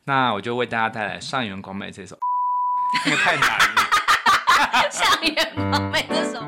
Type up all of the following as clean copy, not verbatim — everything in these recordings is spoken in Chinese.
那我就为大家带来上原光美这首，那个太难了。 上原光美这首。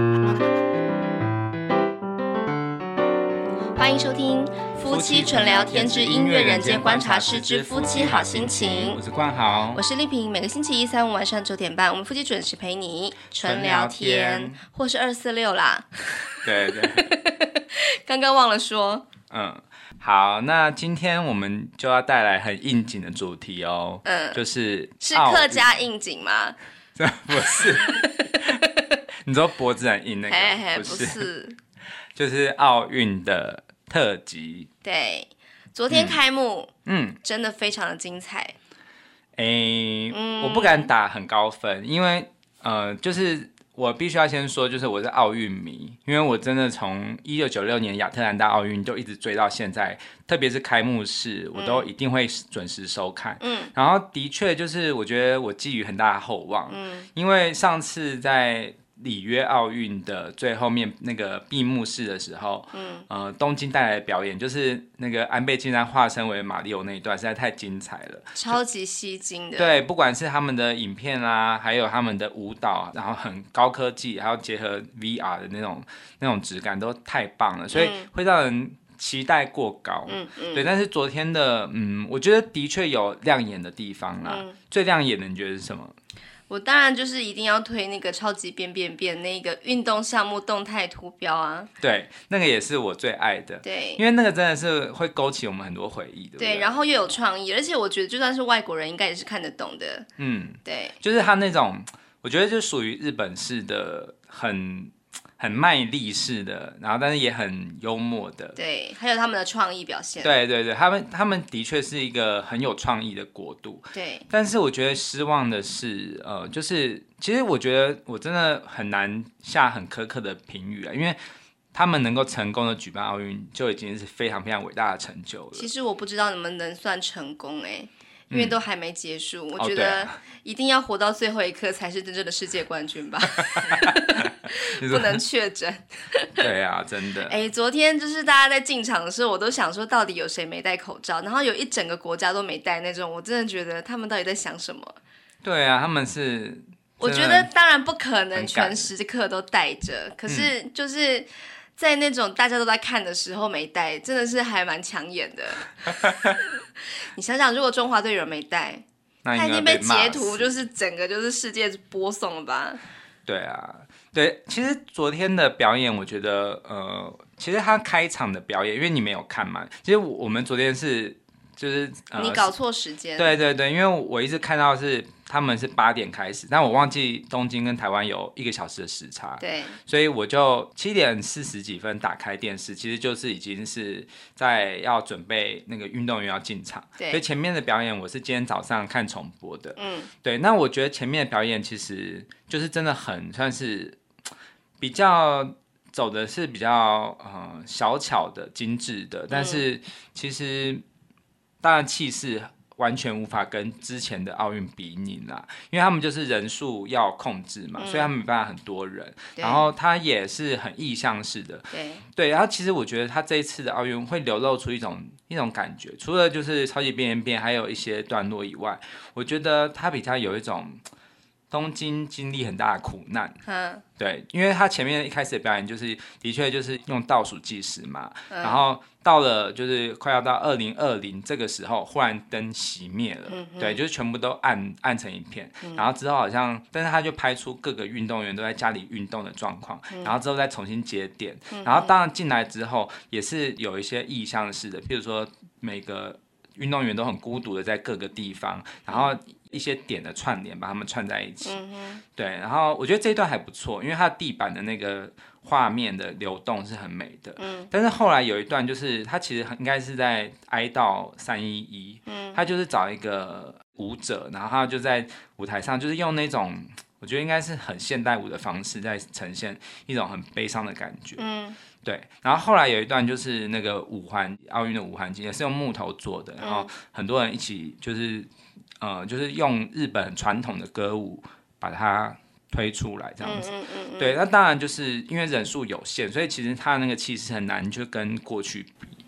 欢迎收听夫妻纯聊天之音乐人间观察室之夫妻好心情。 我是冠豪， 我是丽萍。每个星期一、三、五晚上9点半，我们夫妻准时陪你纯聊天，或是246啦。 对对。 刚刚忘了说。 好，那今天我们就要带来很应景的主题哦。就是客家应景吗？ 不是。你说脖子很硬那个？ 不是， 就是奥运的特辑。 对，昨天开幕，真的非常的精彩。 我不敢打很高分，因为就是我必须要先说，就是我是奥运迷，因为我真的从1996年亚特兰大奥运就一直追到现在，特别是开幕式，我都一定会准时收看。然后的确就是我觉得我寄予很大的厚望，因为上次在里约奥运的最后面那个闭幕式的时候，东京带来的表演就是那个安倍晋三化身为马里奥那一段实在太精彩了， 超级吸睛的。 对，不管是他们的影片啊，还有他们的舞蹈，然后很高科技，还有结合 VR 的那种质感都太棒了，所以会让人期待过高。对，但是昨天的我觉得的确有亮眼的地方啦。最亮眼的你觉得是什么？ 我当然就是一定要推那个超级变那个运动项目动态图标啊。 对，那个也是我最爱的。 对， 因为那个真的是会勾起我们很多回忆的。 对，然后又有创意，而且我觉得就算是外国人应该也是看得懂的。对， 就是他那种，我觉得就属于日本式的很卖力式的，然后但是也很幽默的。 对，还有他们的创意表现。 对对对，他们的确是一个很有创意的国度。 对， 但是我觉得失望的是，就是其实我觉得我真的很难下很苛刻的评语啊，因为他们能够成功的举办奥运，就已经是非常非常伟大的成就了。 其实我不知道你们能算成功因为都还没结束，我觉得一定要活到最后一刻才是真正的世界冠军吧。不能确诊。 对啊，真的。 昨天就是大家在进场的时候，我都想说到底有谁没戴口罩，然后有一整个国家都没戴那种，我真的觉得他们到底在想什么？ 对啊，他们是， 我觉得当然不可能全时刻都戴着，可是就是在那种大家都在看的时候没戴，真的是还蛮抢眼的。你想想，如果中华队有人没戴，他已经被截图，就是整个就是世界播送了吧？ 对啊，对，其实昨天的表演，我觉得其实他开场的表演，因为你没有看嘛，其实我们昨天就是你搞错时间。 对对对，因为我一直看到是他们是8点开始，但我忘记东京跟台湾有1个小时的时差， 对， 所以我就7点40几分打开电视，其实就是已经是在要准备那个运动员要进场，所以前面的表演我是今天早上看重播的，对，那我觉得前面的表演其实就是真的很算是比较走的是比较小巧的精致的，但是其实当然气势完全无法跟之前的奥运比拟啦，因为他们就是人数要控制嘛，所以他们没办法很多人，然后他也是很意向式的，对，然后其实我觉得他这一次的奥运会流露出一种感觉，除了就是超级变变还有一些段落以外，我觉得他比较有一种东京经历很大的苦难，对，因为他前面一开始的表演就是的确就是用倒数计时嘛，然后到了就是快要到2020这个时候，忽然灯熄灭了，对，就是全部都暗成一片，然后之后好像，但是他就拍出各个运动员都在家里运动的状况，然后之后再重新接电，然后当然进来之后也是有一些意向式的，譬如说每个运动员都很孤独的在各个地方，然后一些点的串联把他们串在一起，对，然后我觉得这一段还不错，因为它地板的那个画面的流动是很美的，但是后来有一段就是他其实应该是在哀悼311，他就是找一个舞者，然后他就在舞台上就是用那种我觉得应该是很现代舞的方式在呈现一种很悲伤的感觉，对，然后后来有一段就是那个奥运的五环旗也是用木头做的，然后很多人一起就是用日本很传统的歌舞把它推出来这样子，对，那当然就是因为人数有限，所以其实他的那个气势很难就跟过去比，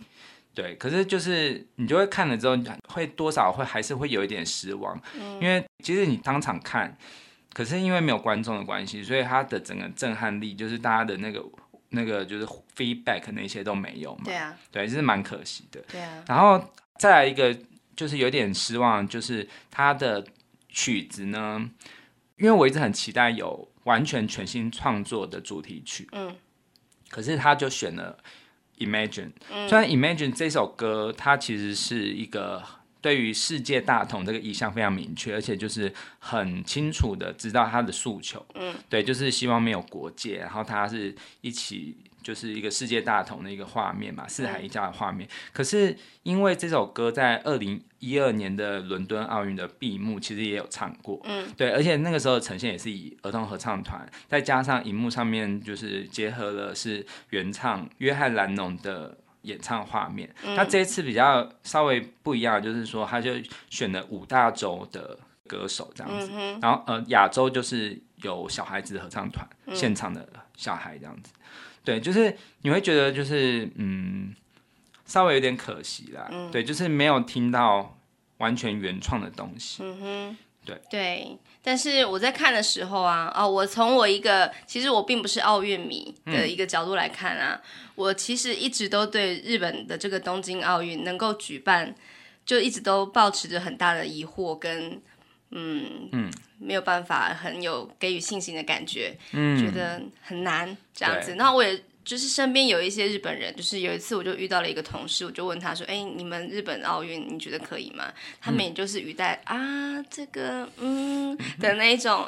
对，可是就是你就会看了之后，会多少还是会有一点失望，因为其实你当场看，可是因为没有观众的关系，所以它的整个震撼力，就是大家的那个就是 feedback 那些都没有嘛。 对啊， 对，就是蛮可惜的。 对啊， 然后再来一个就是有点失望，就是它的曲子呢，因为我一直很期待有完全全新创作的主题曲，可是他就选了 Imagine，虽然 Imagine 这首歌它其实是一个对于世界大同这个意向非常明确，而且就是很清楚的知道他的诉求，对，就是希望没有国界，然后他是一起就是一个世界大同的一个画面嘛，四海一家的画面。可是因为这首歌在2012年的伦敦奥运的闭幕其实也有唱过，对，而且那个时候呈现也是以儿童合唱团，再加上荧幕上面就是结合了是原唱约翰兰农的演唱画面。他这一次比较稍微不一样，就是说他就选了5大洲的歌手这样子，然后亚洲就是有小孩子合唱团，现场的小孩这样子。对，就是你会觉得就是稍微有点可惜啦，对，就是没有听到完全原创的东西。 对，但是我在看的时候啊，我从我一个其实我并不是奥运迷的一个角度来看啊，我其实一直都对日本的这个东京奥运能够举办，就一直都抱持着很大的疑惑跟没有办法很有给予信心的感觉，觉得很难这样子。然后我也就是身边有一些日本人，就是有一次我就遇到了一个同事，我就问他说：“哎，你们日本奥运你觉得可以吗？”他们也就是语带这个的那一种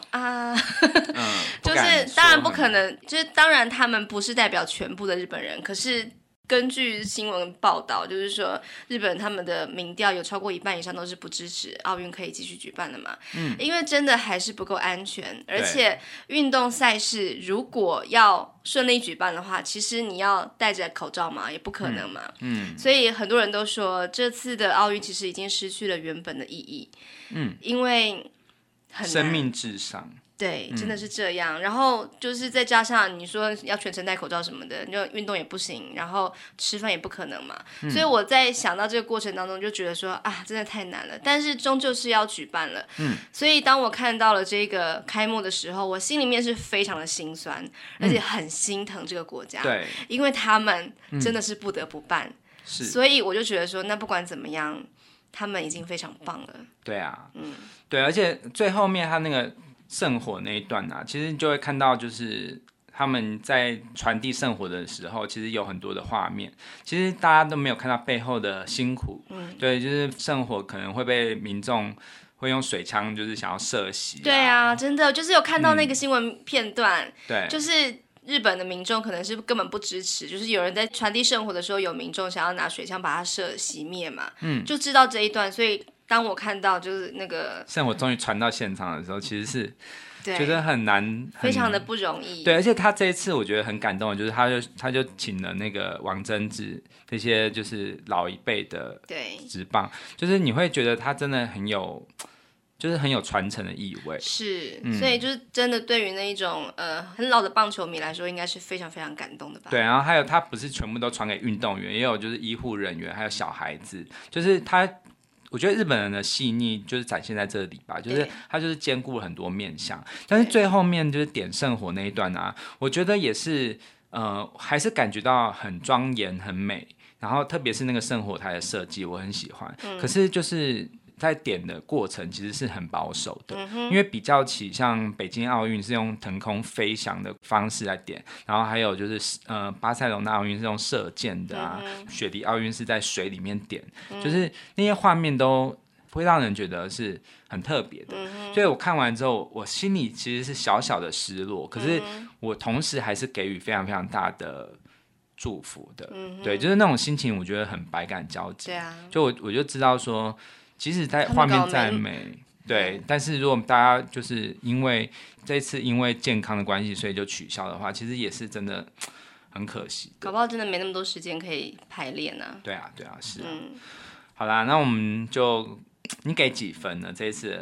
就是当然不可能，就是当然他们不是代表全部的日本人，可是根据新闻报道，就是说日本他们的民调有超过1半以上都是不支持奥运可以继续举办的嘛，因为真的还是不够安全，而且运动赛事如果要顺利举办的话，其实你要戴着口罩嘛，也不可能嘛，所以很多人都说这次的奥运其实已经失去了原本的意义，因为很难， 生命至上。 对，真的是这样。然后就是再加上你说要全程戴口罩什么的，就运动也不行，然后吃饭也不可能嘛。所以我在想到这个过程当中，就觉得说真的太难了。但是终究是要举办了，所以当我看到了这个开幕的时候，我心里面是非常的心酸，而且很心疼这个国家， 对， 因为他们真的是不得不办，所以我就觉得说，那不管怎么样，他们已经非常棒了。 对啊，对，而且最后面他那个圣火那一段啊，其实就会看到，就是他们在传递圣火的时候，其实有很多的画面，其实大家都没有看到背后的辛苦。对，就是圣火可能会被民众会用水枪，就是想要射熄。 对啊，真的就是有看到那个新闻片段， 对， 就是日本的民众可能是根本不支持，就是有人在传递圣火的时候，有民众想要拿水枪把它射熄灭嘛，就知道这一段，所以当我看到就是那个圣火终于传到现场的时候，其实是觉得很难， 非常的不容易。 对，而且他这一次我觉得很感动的，就是他就请了那个王贞治这些就是老一辈的职棒，就是你会觉得他真的很有。就是很有传承的意味， 是，所以就是真的对于那一种很老的棒球迷来说，应该是非常非常感动的吧。 对，然后还有他不是全部都传给运动员，也有就是医护人员，还有小孩子，就是他，我觉得日本人的细腻就是展现在这里吧，就是他就是兼顾了很多面向，但是最后面就是点圣火那一段啊，我觉得也是还是感觉到很庄严很美，然后特别是那个圣火台的设计我很喜欢，可是就是在点的过程其实是很保守的，因为比较起像北京奥运是用腾空飞翔的方式来点，然后还有就是巴塞隆纳奥运是用射箭的啊，雪梨奥运是在水里面点，就是那些画面都会让人觉得是很特别的，所以我看完之后我心里其实是小小的失落，可是我同时还是给予非常非常大的祝福的，对，就是那种心情我觉得很百感交集，就我就知道说即使在画面再美，对，但是如果大家就是因为这次因为健康的关系，所以就取消的话，其实也是真的很可惜的。 搞不好真的没那么多时间可以排练啊。 对啊，对啊，是啊。好啦，那我们就你给几分呢？这一次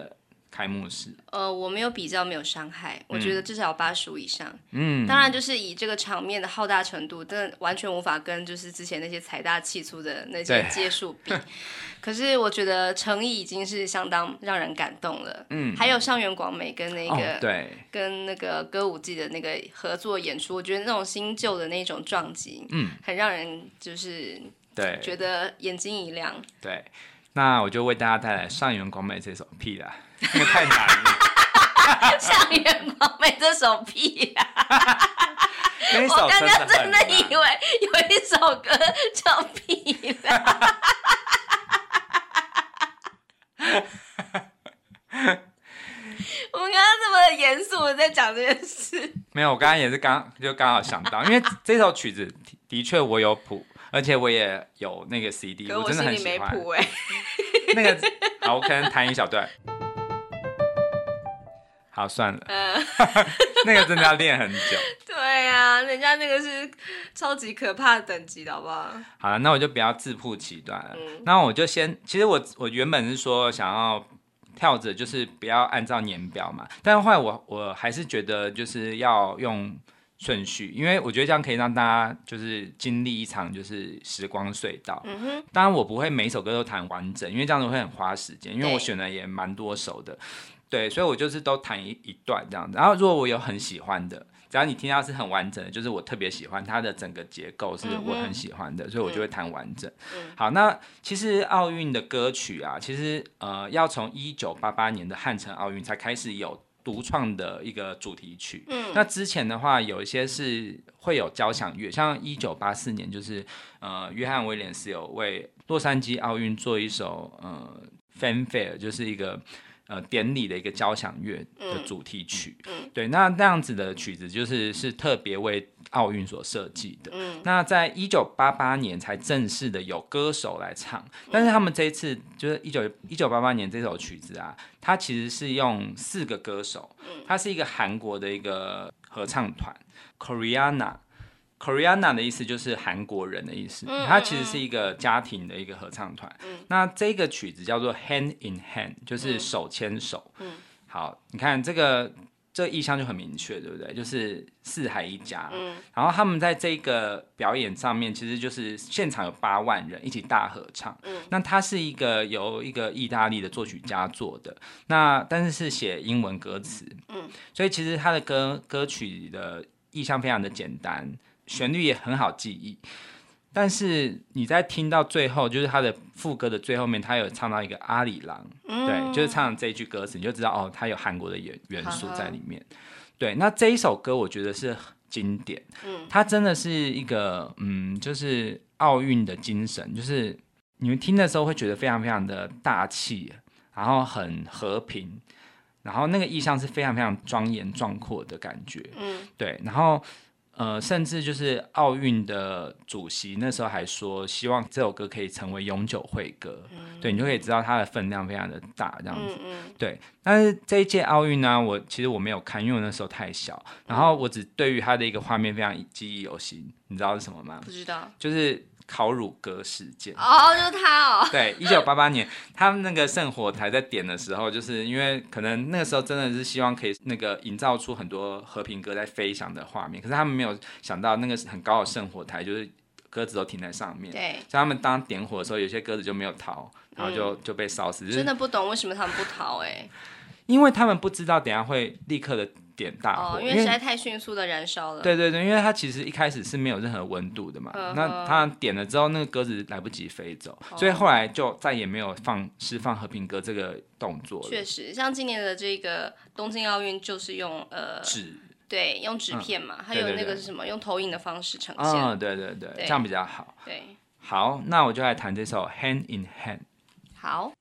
开幕式？ 我没有比较，没有伤害，我觉得至少有85以上。当然就是以这个场面的浩大程度，真的完全无法跟就是之前那些财大气粗的那些街数比。可是我觉得诚意已经是相当让人感动了。还有上原广美跟那个、 对， 跟那个歌舞伎的那个合作演出，我觉得那种新旧的那种撞击，很让人就是对觉得眼睛一亮。 对，那我就为大家带来上原广美这首屁啦，那个太难了。 上原广美这首屁啦。 我刚刚真的以为有一首歌叫屁啦。我们刚刚这么严肃的在讲这件事， 没有，我刚刚也是刚好想到，因为这首曲子的确我有谱，而且我也有那个 CD， 可我真的很喜欢。 心里没谱哎。 那个好，我可能弹一小段。好，算了，那个真的要练很久。 对啊，人家那个是超级可怕的等级的，好不好？ 好了，那我就不要自曝其短了。那我就先，其实我原本是说想要跳着，就是不要按照年表嘛，但是后来我还是觉得就是要用顺序，因为我觉得这样可以让大家就是经历一场就是时光隧道。当然我不会每一首歌都弹完整，因为这样子会很花时间，因为我选的也蛮多首的。对，所以我就是都弹一段这样子。然后如果我有很喜欢的，只要你听到是很完整的，就是我特别喜欢它的整个结构是我很喜欢的，所以我就会弹完整。好，那其实奥运的歌曲啊，其实要从1988年的汉城奥运才开始有独创的一个主题曲。那之前的话有一些是会有交响乐，像1984年就是约翰威廉斯有为洛杉矶奥运做一首fanfare， 就是一个典礼的一个交响乐的主题曲。对，那样子的曲子是特别为奥运所设计的。那在1988年才正式的有歌手来唱，但是他们这一次就是1988年这首曲子啊，它其实是用4个歌手，它是一个韩国的一个合唱团 Koreana 的意思就是韩国人的意思，它其实是一个家庭的一个合唱团。那这个曲子叫做 Hand in Hand， 就是手牵手。好，你看这个意象就很明确，对不对？就是四海一家。然后他们在这个表演上面，其实就是现场有8万人一起大合唱。那它是由一个意大利的作曲家做的，但是写英文歌词。所以其实它的歌曲的意象非常的简单。旋律也很好记忆，但是你在听到最后，就是他的副歌的最后面，他有唱到一个阿里郎，对，就是唱这一句歌词，你就知道哦，他有韩国的元素在里面。对，那这一首歌我觉得是经典，它真的是一个就是奥运的精神，就是你们听的时候会觉得非常非常的大气，然后很和平，然后那个意象是非常非常庄严壮阔的感觉。对，然后甚至就是奥运的主席那时候还说，希望这首歌可以成为永久会歌。对，你就可以知道它的分量非常的大，这样子。对，但是这一届奥运呢，其实我没有看，因为我那时候太小，然后我只对于它的一个画面非常记忆犹新。你知道是什么吗？ 不知道， 就是烤乳鸽事件。 就是他对，1988年他们那个圣火台在点的时候，就是因为可能那个时候真的是希望可以那个营造出很多和平鸽在飞翔的画面，可是他们没有想到那个很高的圣火台就是鸽子都停在上面， 对， 所以他们当点火的时候，有些鸽子就没有逃，然后就被烧死。 真的不懂为什么他们不逃因为他们不知道等一下会立刻的点大火， 因为实在太迅速的燃烧了。 对对对，因为它其实一开始是没有任何温度的嘛，那它点了之后，那个鸽子来不及飞走，所以后来就再也没有释放和平鸽这个动作了。 确实，像今年的这个东京奥运就是用纸， 对，用纸片嘛，还有那个是什么，用投影的方式呈现。 对对对，这样比较好。 对， 好，那我就来弹这首 Hand in Hand。 好。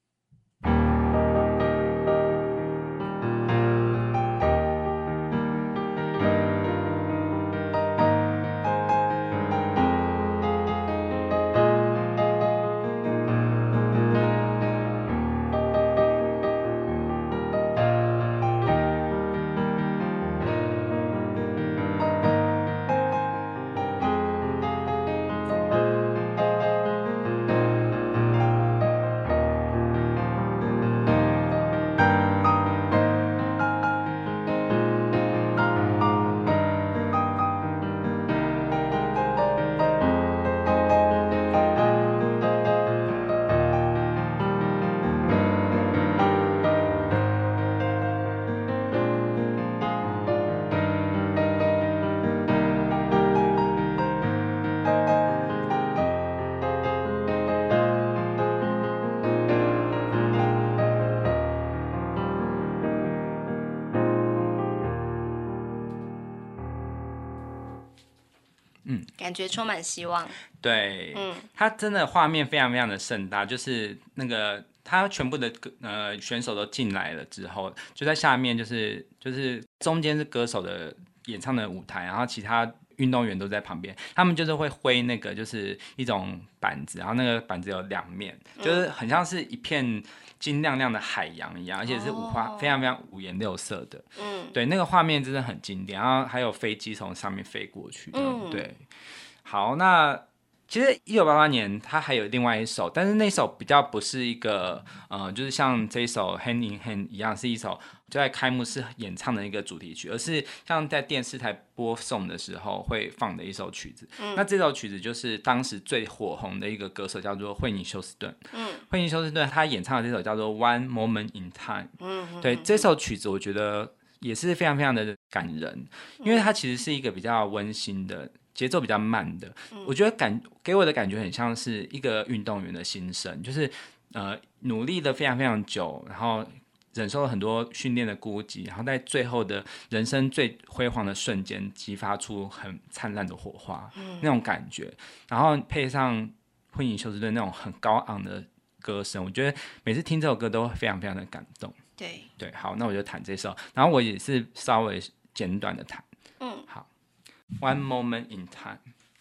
感觉充满希望。 对，它真的画面非常非常的盛大，就是那个他全部的选手都进来了之后，就在下面就是中间是歌手的演唱的舞台，然后其他运动员都在旁边，他们就是会挥那个就是一种板子，然后那个板子有2面，就是很像是一片金亮亮的海洋一样，而且是非常非常五颜六色的。对，那个画面真的很经典，然后还有飞机从上面飞过去。对，好，那其实1988年它还有另外一首，但是那首比较不是一个就是像这一首 Hand in Hand 一样是一首就在开幕式演唱的一个主题曲，而是像在电视台播送的时候会放的一首曲子。那这首曲子就是当时最火红的一个歌手叫做惠妮休斯顿。惠妮休斯顿他演唱的这首叫做 One Moment in Time。对，这首曲子我觉得也是非常非常的感人，因为它其实是一个比较温馨的节奏比较慢的，我觉得给我的感觉很像是一个运动员的心声，就是努力的非常非常久，然后忍受了很多训练的孤寂，然后在最后的人生最辉煌的瞬间激发出很灿烂的火花，那种感觉，然后配上惠妮休斯顿那种很高昂的歌声，我觉得每次听这首歌都非常非常的感动。对，好，那我就弹这首，然后我也是稍微简短的弹。好。One moment in time。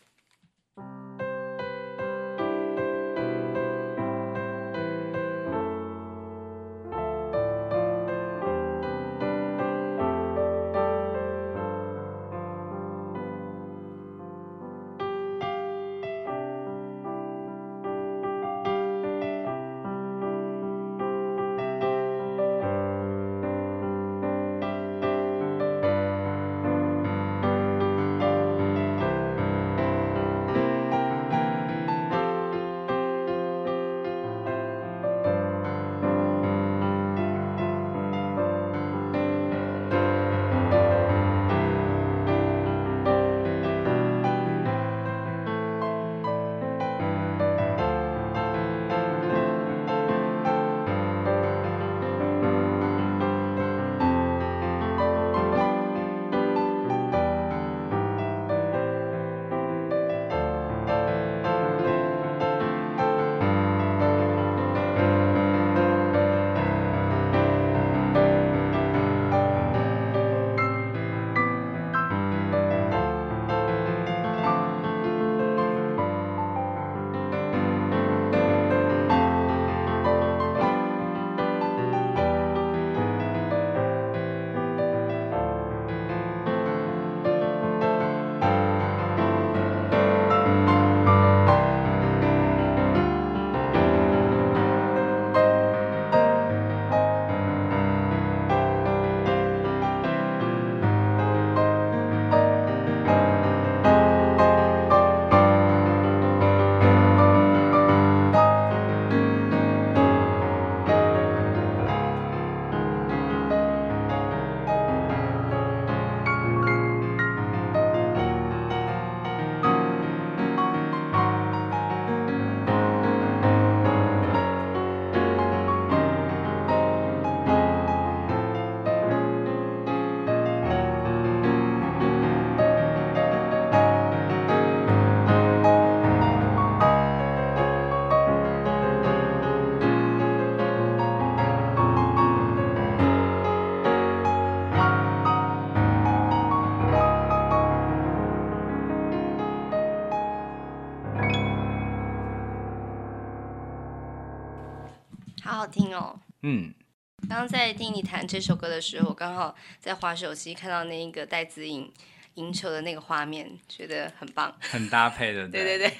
好好听哦。刚刚在听你弹这首歌的时候，我刚好在滑手机看到那个戴资颖赢球的那个画面，觉得很棒， 很搭配的。 对。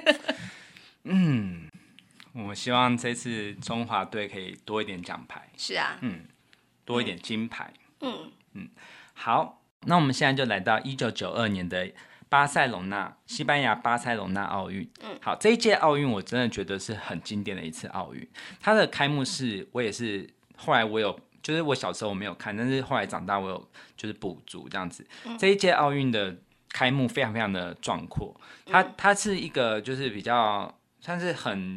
我希望这次中华队可以多一点奖牌。 是啊。 多一点金牌。好，那我们现在就来到1992年的西班牙巴塞隆纳奥运。好，这一届奥运我真的觉得是很经典的一次奥运。它的开幕式我也是，后来我有，就是我小时候我没有看，但是后来长大我有就是补足这样子。这一届奥运的开幕非常非常的壮阔，它是一个就是比较算是很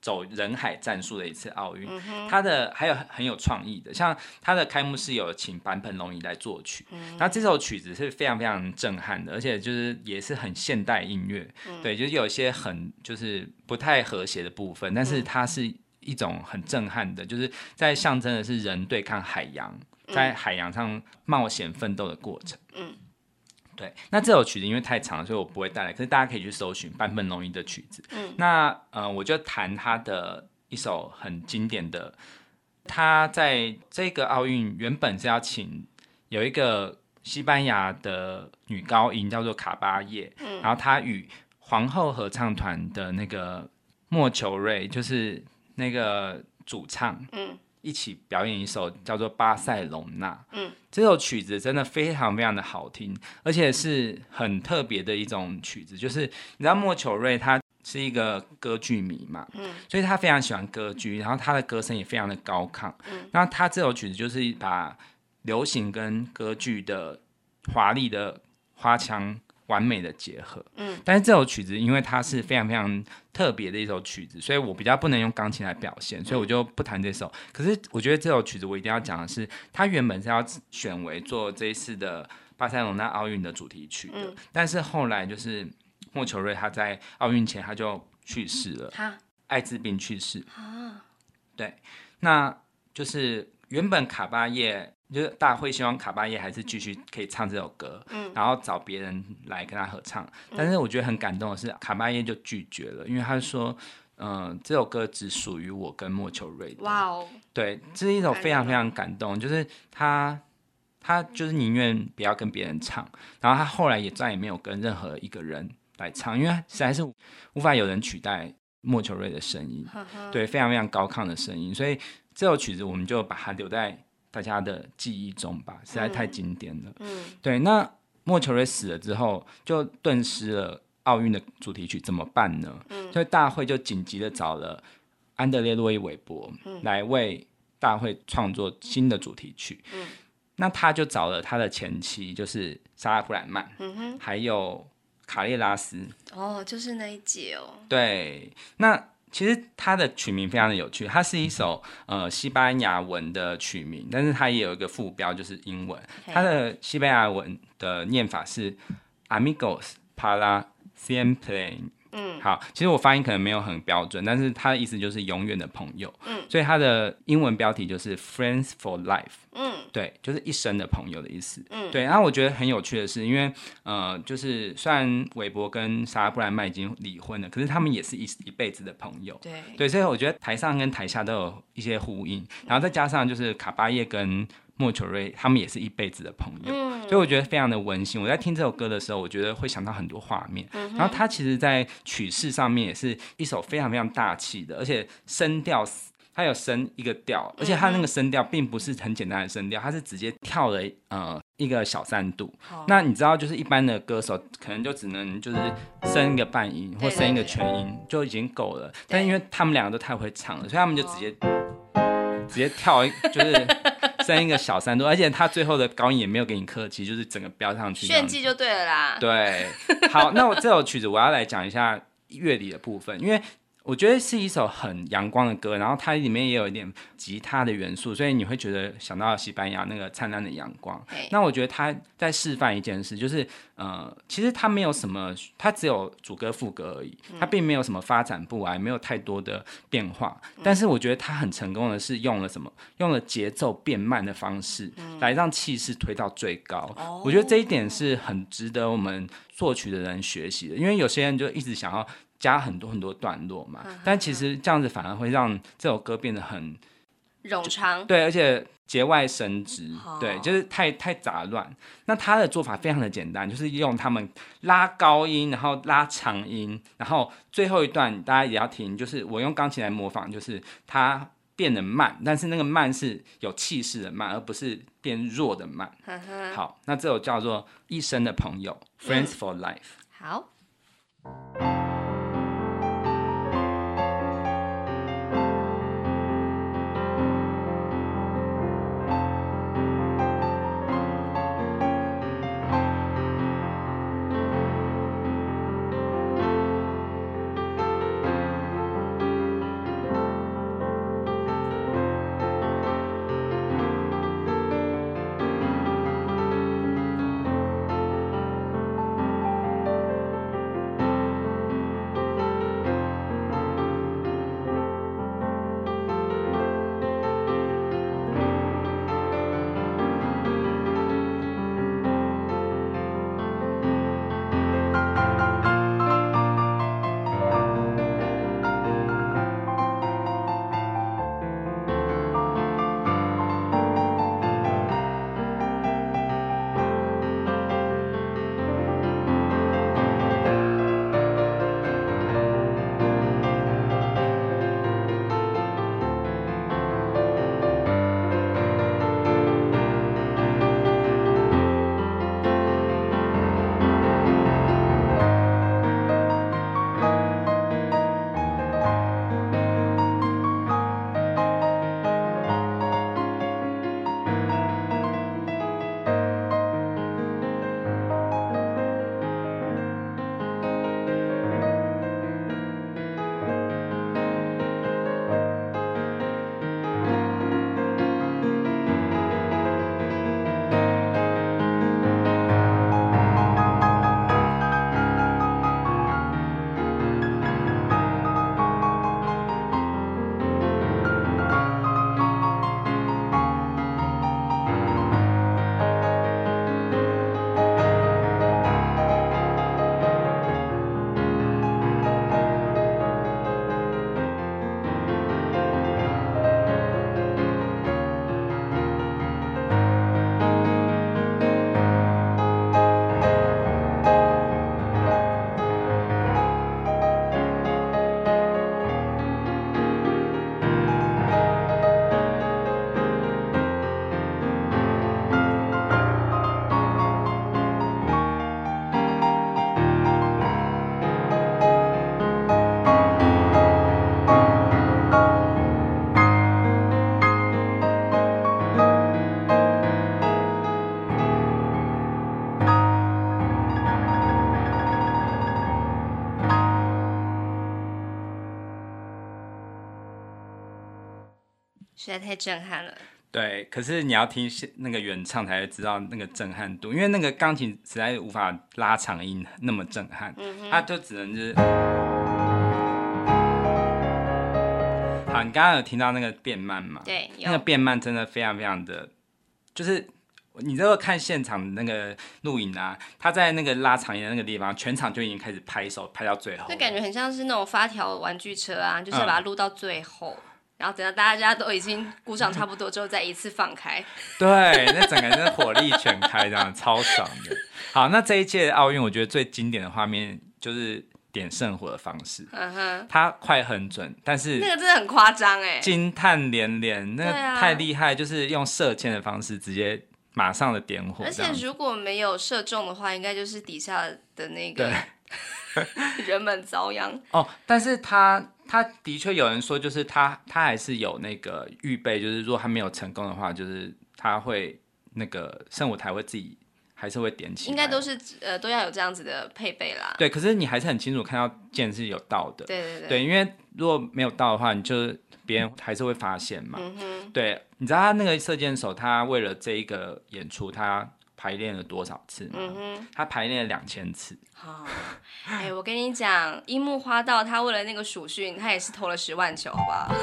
走人海战术的一次奥运，他的还有很有创意的，像他的开幕式有请坂本龙一来作曲，那这首曲子是非常非常震撼的，而且就是也是很现代音乐，对，就是有一些很就是不太和谐的部分，但是它是一种很震撼的，就是在象征的是人对抗海洋，在海洋上冒险奋斗的过程。对，那这首曲子因为太长了，所以我不会带来，可是大家可以去搜寻坂本龙一的曲子。那我就弹他的一首很经典的，他在这个奥运原本是要请有一个西班牙的女高音叫做卡巴叶，然后他与皇后合唱团的那个莫球瑞，就是那个主唱，一起表演一首叫做《巴塞隆纳》。这首曲子真的非常非常的好听，而且是很特别的一种曲子。就是你知道莫球瑞他是一个歌剧迷嘛，所以他非常喜欢歌剧，然后他的歌声也非常的高亢。那他这首曲子就是把流行跟歌剧的华丽的花腔完美的结合。但是这首曲子因为它是非常非常特别的一首曲子，所以我比较不能用钢琴来表现，所以我就不弹这首。可是我觉得这首曲子我一定要讲的是，它原本是要选为做这一次的巴塞隆纳奥运的主题曲的，但是后来就是莫球瑞他在奥运前他就去世了，艾滋病去世。对，那就是原本卡巴叶就是大家会希望卡巴叶还是继续可以唱这首歌，然后找别人来跟他合唱，但是我觉得很感动的是卡巴叶就拒绝了，因为他说这首歌只属于我跟莫球瑞的。哇哦，对，这是一首非常非常感动，就是他就是宁愿不要跟别人唱，然后他后来也再也没有跟任何一个人来唱，因为实在是无法有人取代莫球瑞的声音，对，非常非常高亢的声音，所以这首曲子我们就把它留在大家的记忆中吧，实在太经典了。对，那莫球瑞死了之后，就顿失了奥运的主题曲，怎么办呢？所以大会就紧急的找了安德烈·洛伊·韦伯来为大会创作新的主题曲。那他就找了他的前妻，就是莎拉·普兰曼，还有卡列拉斯。 就是那一届哦。 对，那其实它的曲名非常的有趣，它是一首西班牙文的曲名，但是它也有一个副标就是英文。它的西班牙文的念法是 Amigos para siempre。好，其实我发音可能没有很标准，但是它的意思就是永远的朋友。所以它的英文标题就是 Friends for Life。对，就是一生的朋友的意思。对，然后我觉得很有趣的是，因为就是虽然韦伯跟莎拉布兰曼已经离婚了，可是他们也是一辈子的朋友。对，所以我觉得台上跟台下都有一些呼应，然后再加上就是卡巴叶跟莫球瑞他们也是一辈子的朋友，所以我觉得非常的温馨。我在听这首歌的时候，我觉得会想到很多画面。然后它其实在曲式上面也是一首非常非常大气的，而且声调它有升一个调，而且它那个声调并不是很简单的声调，它是直接跳了一个小3度。那你知道就是一般的歌手可能就只能就是升一个半音或升一个全音就已经够了，但因为他们两个都太会唱了，所以他们就直接跳就是升一个小3度，而且他最后的高音也没有给你客气，就是整个飙上去， 炫技就对了啦。 对，好，那我这首曲子我要来讲一下乐理的部分，因为我觉得是一首很阳光的歌，然后它里面也有一点吉他的元素，所以你会觉得想到西班牙那个灿烂的阳光。那我觉得他在示范一件事，就是其实他没有什么，他只有主歌副歌而已，他并没有什么发展部啊，没有太多的变化。但是我觉得他很成功的是用了节奏变慢的方式，来让气势推到最高。我觉得这一点是很值得我们作曲的人学习的，因为有些人就一直想要加很多很多段落嘛，但其实这样子反而会让这首歌变得很冗长， 对，而且节外生枝，对，就是太杂乱。那他的做法非常的简单，就是用他们拉高音，然后拉长音，然后最后一段大家也要听，就是我用钢琴来模仿，就是他变得慢，但是那个慢是有气势的慢，而不是变弱的慢。好，那这首叫做一生的朋友 Friends for Life。 好。 实在太震撼了。 对，可是你要听那个原唱才会知道那个震撼度，因为那个钢琴实在无法拉长音那么震撼，它就只能就是。好，你刚刚有听到那个变慢吗？ 对， 那个变慢真的非常非常的，就是你如果看现场的那个录影啊，他在那个拉长音的那个地方，全场就已经开始拍手，拍到最后， 就感觉很像是那种发条玩具车啊，就是把它录到最后。然后等到大家都已经鼓掌差不多之后，再一次放开。对， 那整个人火力全开，这样超爽的。好，那这一届奥运，我觉得最经典的画面就是点圣火的方式。它快很准，但是那个真的很夸张哎， 惊叹连连，那个太厉害，就是用射箭的方式直接马上的点火。 而且如果没有射中的话，应该就是底下的那个人们遭殃。 但是他的确有人说，就是他还是有那个预备，就是如果他没有成功的话，就是他会那个圣火台会自己还是会点起来， 应该都是都要有这样子的配备啦。 对，可是你还是很清楚看到箭是有到的。 对， 因为如果没有到的话，你就别人还是会发现嘛。对，你知道他那个射箭手，他为了这一个演出，他排练了多少次吗？他排练了2000次。 我跟你讲，樱木花道他为了那个暑训，他也是投了10万球，好不好？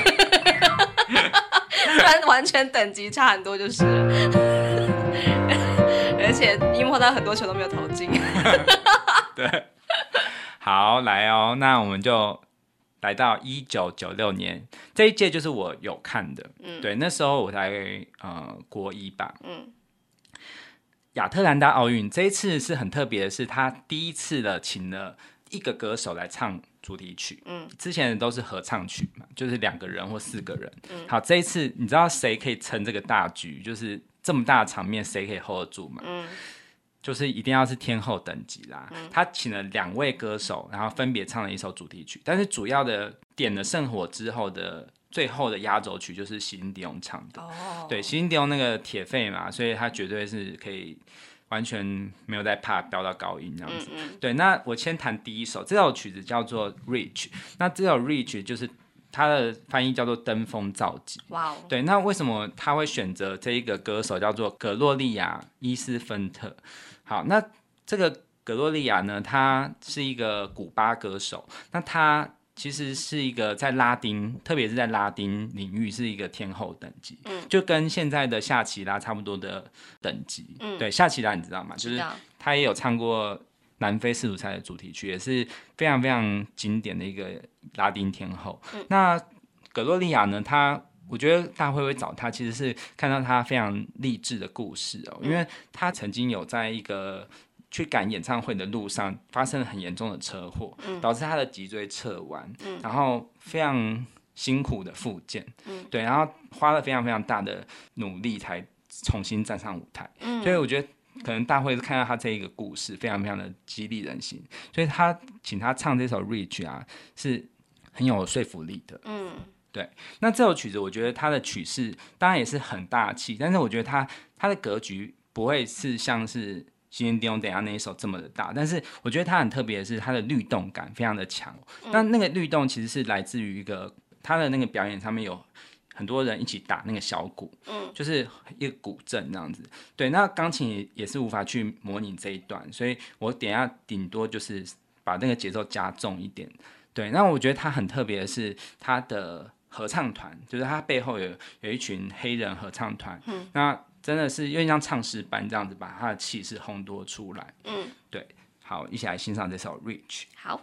虽然完全等级差很多，就是了。而且樱木花道很多球都没有投进。 对，好，来哦，那我们就来到1996年这一届，就是我有看的。对，那时候我才国1吧。亚特兰大奥运这一次是很特别的是，他第一次请了一个歌手来唱主题曲。之前的都是合唱曲嘛，就是2个人或4个人。好，这一次你知道谁可以撑这个大局？就是这么大的场面，谁可以 hold 得住吗？就是一定要是天后等级啦。他请了2位歌手，然后分别唱了一首主题曲，但是主要的点了圣火之后的最后的压轴曲就是席琳迪翁唱的。对，席琳迪翁那个铁肺嘛，所以他绝对是可以完全没有在怕飙到高音这样子。对，那我先弹第一首，这首曲子叫做 Reach。那这首 Reach 就是它的翻译叫做登峰造极。对，那为什么他会选择这一个歌手叫做格洛利亚·伊斯芬特？好，那这个格洛利亚呢，他是一个古巴歌手，那他其实是一个在拉丁，特别是在拉丁领域是一个天后等级。就跟现在的夏奇拉差不多的等级。对，夏奇拉你知道吗？就是他也有唱过南非世足赛的主题曲，也是非常非常经典的一个拉丁天后。那格洛利亚呢，我觉得大会找他，其实是看到他非常励志的故事因为他曾经有在一个去赶演唱会的路上发生了很严重的车祸，导致他的脊椎侧弯，然后非常辛苦的复健，对，然后花了非常非常大的努力才重新站上舞台，所以我觉得可能大会看到他这一个故事非常非常的激励人心，所以他请他唱这首 Reach 啊是很有说服力的。对，那这首曲子我觉得它的曲式当然也是很大气，但是我觉得它的格局不会是像是席琳迪翁等一下那一首这么的大，但是我觉得它很特别的是它的律动感非常的强。那个律动其实是来自于它的那个表演上面有很多人一起打那个小鼓，就是一个鼓阵这样子。对，那钢琴也是无法去模拟这一段，所以我等一下顶多就是把那个节奏加重一点。对，那我觉得它很特别的是它的合唱团，就是它背后有一群黑人合唱团，那真的是有点像唱诗班这样子，把它的气势烘托出来。对，好，一起来欣赏这首 Reach。 好。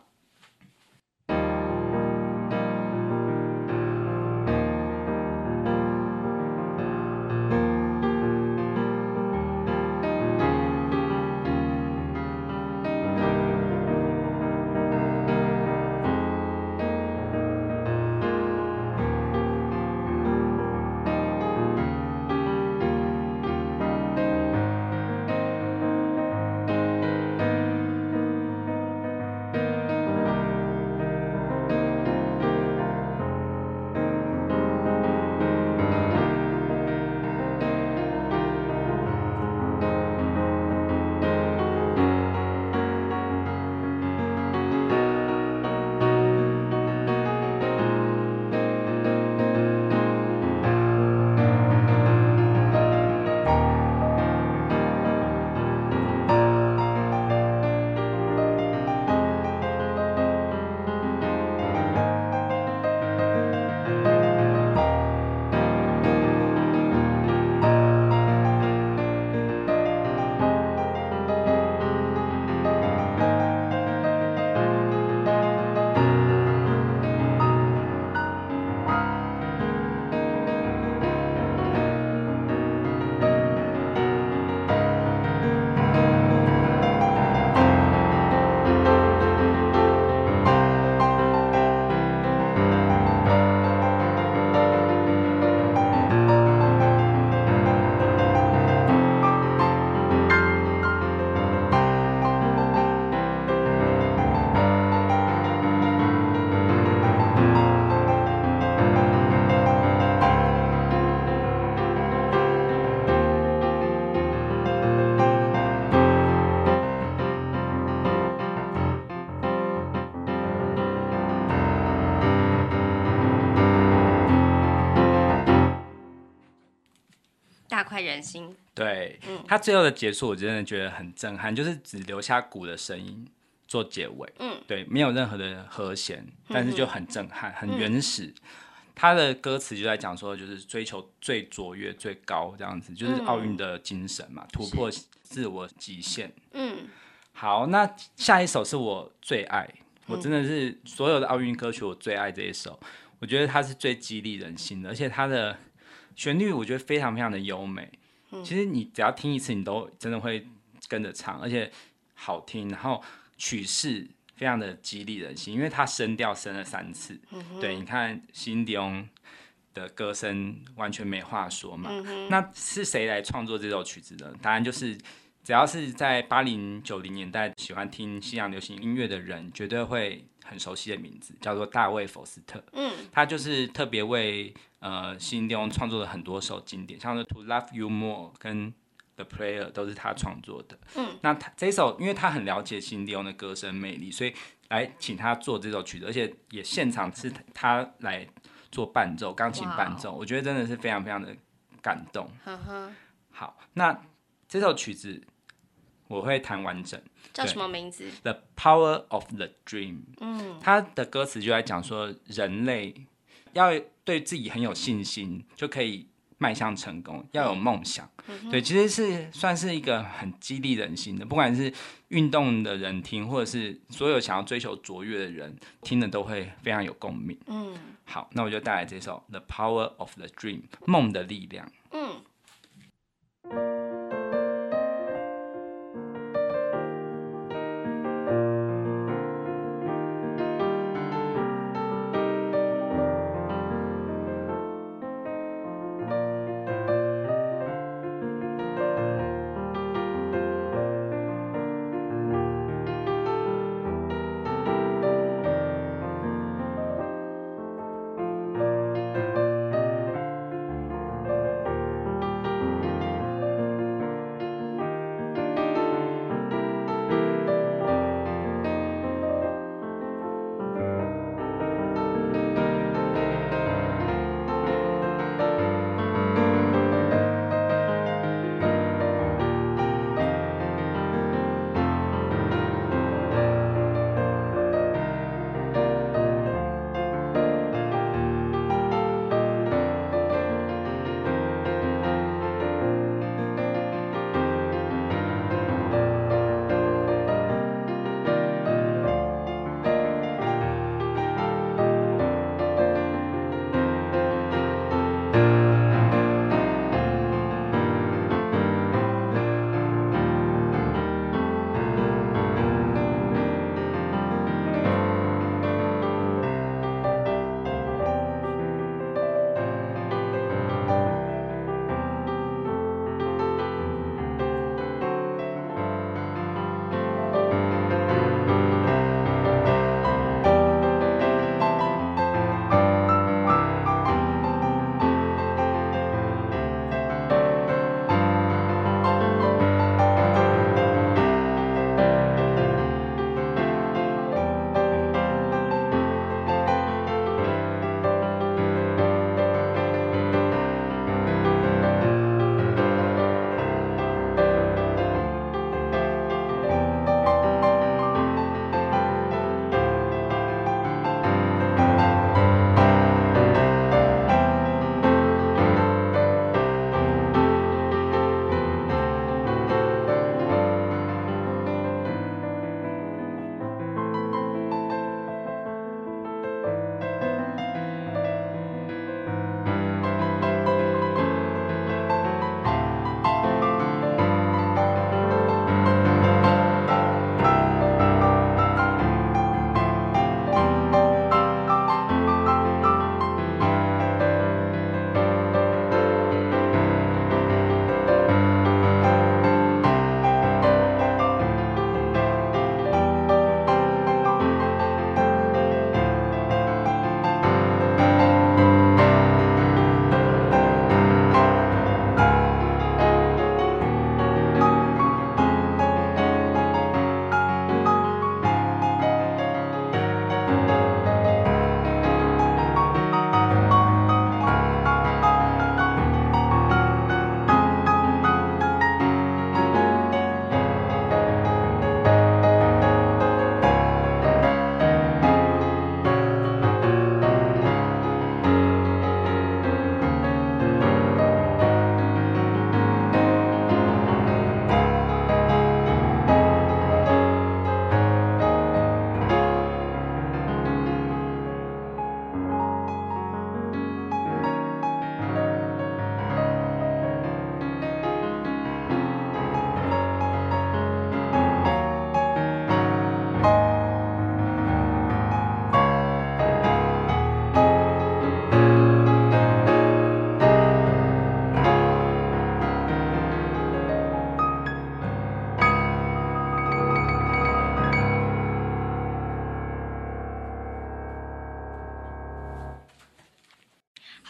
大快人心。 对，他最后的结束我真的觉得很震撼，就是只留下鼓的声音做结尾，对，没有任何的和弦，但是就很震撼，很原始。他的歌词就在讲说，就是追求最卓越、最高这样子，就是奥运的精神嘛，突破自我极限。好，那下一首是我最爱，我真的是所有的奥运歌曲我最爱这一首，我觉得它是最激励人心的，而且它的旋律我觉得非常非常的优美。其实你只要听一次，你都真的会跟着唱，而且好听，然后曲式非常的激励人心，因为它升调升了3次。对，你看辛迪翁的歌声完全没话说嘛。那是谁来创作这首曲子的？答案就是只要是在80、90年代喜欢听西洋流行音乐的人，绝对会很熟悉的名字，叫做大卫·佛斯特。他就是特别为辛迪翁创作了很多首经典，像是《To Love You More》跟《The Prayer》都是他创作的。那他这首，因为他很了解辛迪翁的歌声魅力，所以来请他做这首曲子，而且也现场是他来做伴奏，钢琴伴奏，我觉得真的是非常非常的感动。好，那这首曲子我会弹完整， 叫什么名字 ？The Power of the Dream。他的歌词就在讲说，人类要对自己很有信心，就可以迈向成功，要有梦想。对，其实是算是一个很激励人心的，不管是运动的人听，或者是所有想要追求卓越的人听的，都会非常有共鸣。好，那我就带来这首 The Power of the Dream， 梦的力量。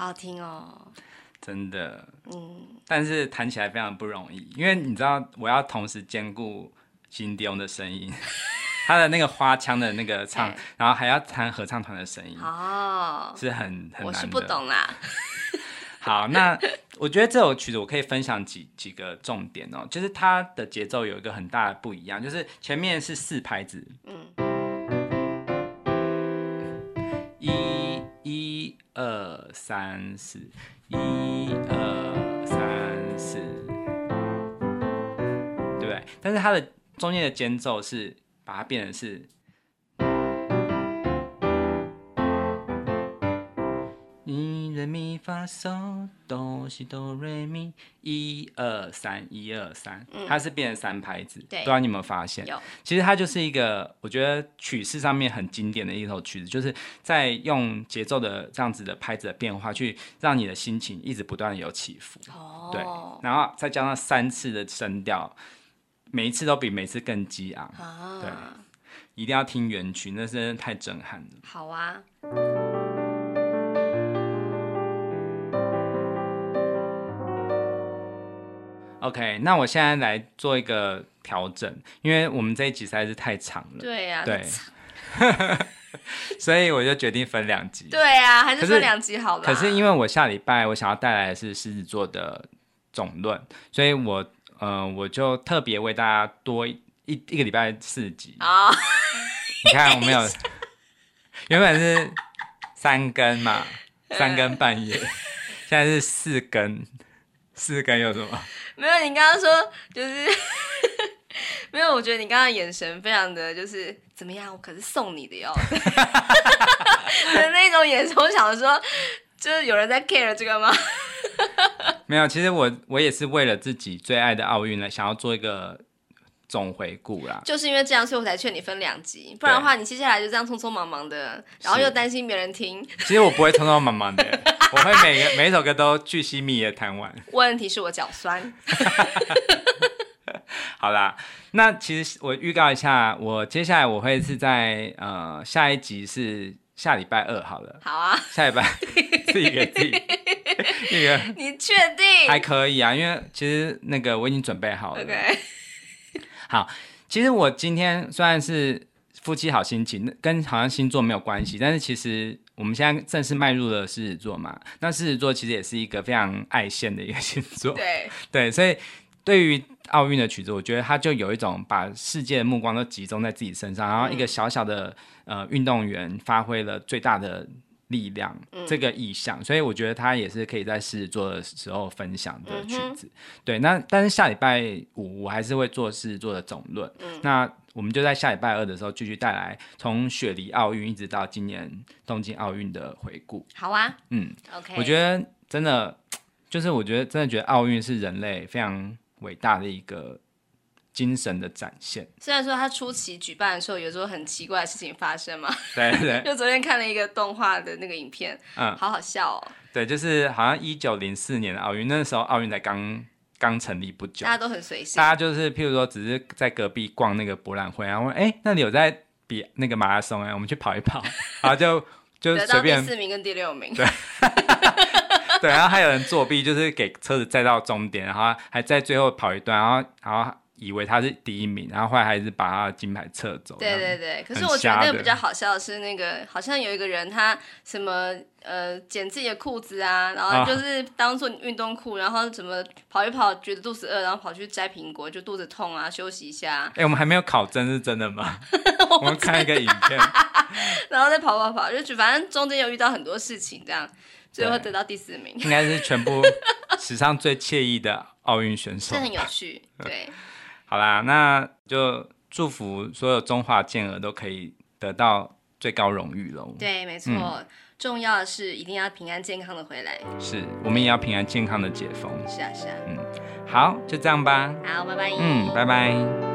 好听哦。 真的，但是弹起来非常不容易，因为你知道我要同时兼顾辛迪翁的声音，他的那个花腔的那个唱，然后还要弹合唱团的声音，是很难的。 我是不懂啦。 好，那我觉得这首曲子我可以分享几个重点哦，就是它的节奏有一个很大的不一样，就是前面是4拍子，1 2 3 4 1 2 3 4，对不对？但是它的中间的间奏是把它变成是咪来咪发嗦哆西哆瑞咪1 2 3 1 2 3，它是变成3拍子，不知道你有没有发现？ 有。 其实它就是一个我觉得曲式上面很经典的一首曲子，就是在用节奏的这样子的拍子的变化，去让你的心情一直不断的有起伏。对，然后再加上3次的声调，每一次都比每次更激昂。对，一定要听原曲，那真的太震撼了。 好啊。 OK， 那我现在来做一个调整，因为我们这一集实在是太长了。 对呀， 对，所以我就决定分2集。 对呀，还是分2集好了。 可是因为我下礼拜我想要带来的是狮子座的总论，所以我就特别为大家多一个礼拜4集。你看我们有原本是3更嘛，3更半夜，现在是4更。4更有什么？ 没有，你刚刚说就是没有，我觉得你刚刚眼神非常的就是怎么样？我可是送你的哟的那种眼神，我想说，就是有人在 care 这个吗？ 没有，其实我也是为了自己最爱的奥运来想要做一个总回顾啦。就是因为这样，所以我才劝你分2集，不然的话，你接下来就这样匆匆忙忙的，然后又担心别人听。 其实我不会匆匆忙忙的，我会每一首歌都巨细靡遗的弹完。 问题是我脚酸。 好啦，那其实我预告一下，我接下来我会是在下一集是下礼拜2好了。 好啊， 下礼拜自己给自己一个。 你确定？ 还可以啊，因为其实那个我已经准备好了。 OK。 好，其实我今天虽然是夫妻好心情，跟好像星座没有关系，但是其实我们现在正式迈入了狮子座嘛。那狮子座其实也是一个非常爱现的一个星座。对，所以对于奥运的曲子，我觉得它就有一种把世界的目光都集中在自己身上，然后一个小小的运动员发挥了最大的力量，这个意象，所以我觉得它也是可以在狮子座的时候分享的曲子。对，那但是下礼拜5我还是会做狮子座的总论。那我们就在下礼拜2的时候继续带来从雪梨奥运一直到今年东京奥运的回顾。 好啊 ，OK。我觉得真的就是我觉得奥运是人类非常伟大的一个精神的展现。 虽然说他初期举办的时候有时候很奇怪的事情发生嘛， 对就昨天看了一个动画的那个影片，好好笑哦。 对，就是好像1904年的奥运，那时候奥运才刚成立不久， 大家都很随性， 大家就是譬如说只是在隔壁逛那个博览会，然后那里有在比那个马拉松我们去跑一跑，然后就随便得到第4名跟第6名。 对。对，然后还有人作弊，就是给车子载到终点，然后还在最后跑一段，然后以为他是第1名，然后后来还是把他的金牌撤走。 对，可是我觉得那个比较好笑的是，那个好像有一个人他什么剪自己的裤子啊，然后就是当做运动裤，然后怎么跑一跑觉得肚子饿，然后跑去摘苹果，就肚子痛啊，休息一下。 我们还没有考证是真的吗？我们看一个影片， 然后再跑，就反正中间有遇到很多事情，这样最后得到第4名， 应该是全部史上最惬意的奥运选手， 是很有趣。对。 好啦，那就祝福所有中华健儿都可以得到最高荣誉咯。 对，没错，重要的是一定要平安健康的回来。 是，我们也要平安健康的解封。 是啊。 好，就这样吧。 好，拜拜。 拜拜。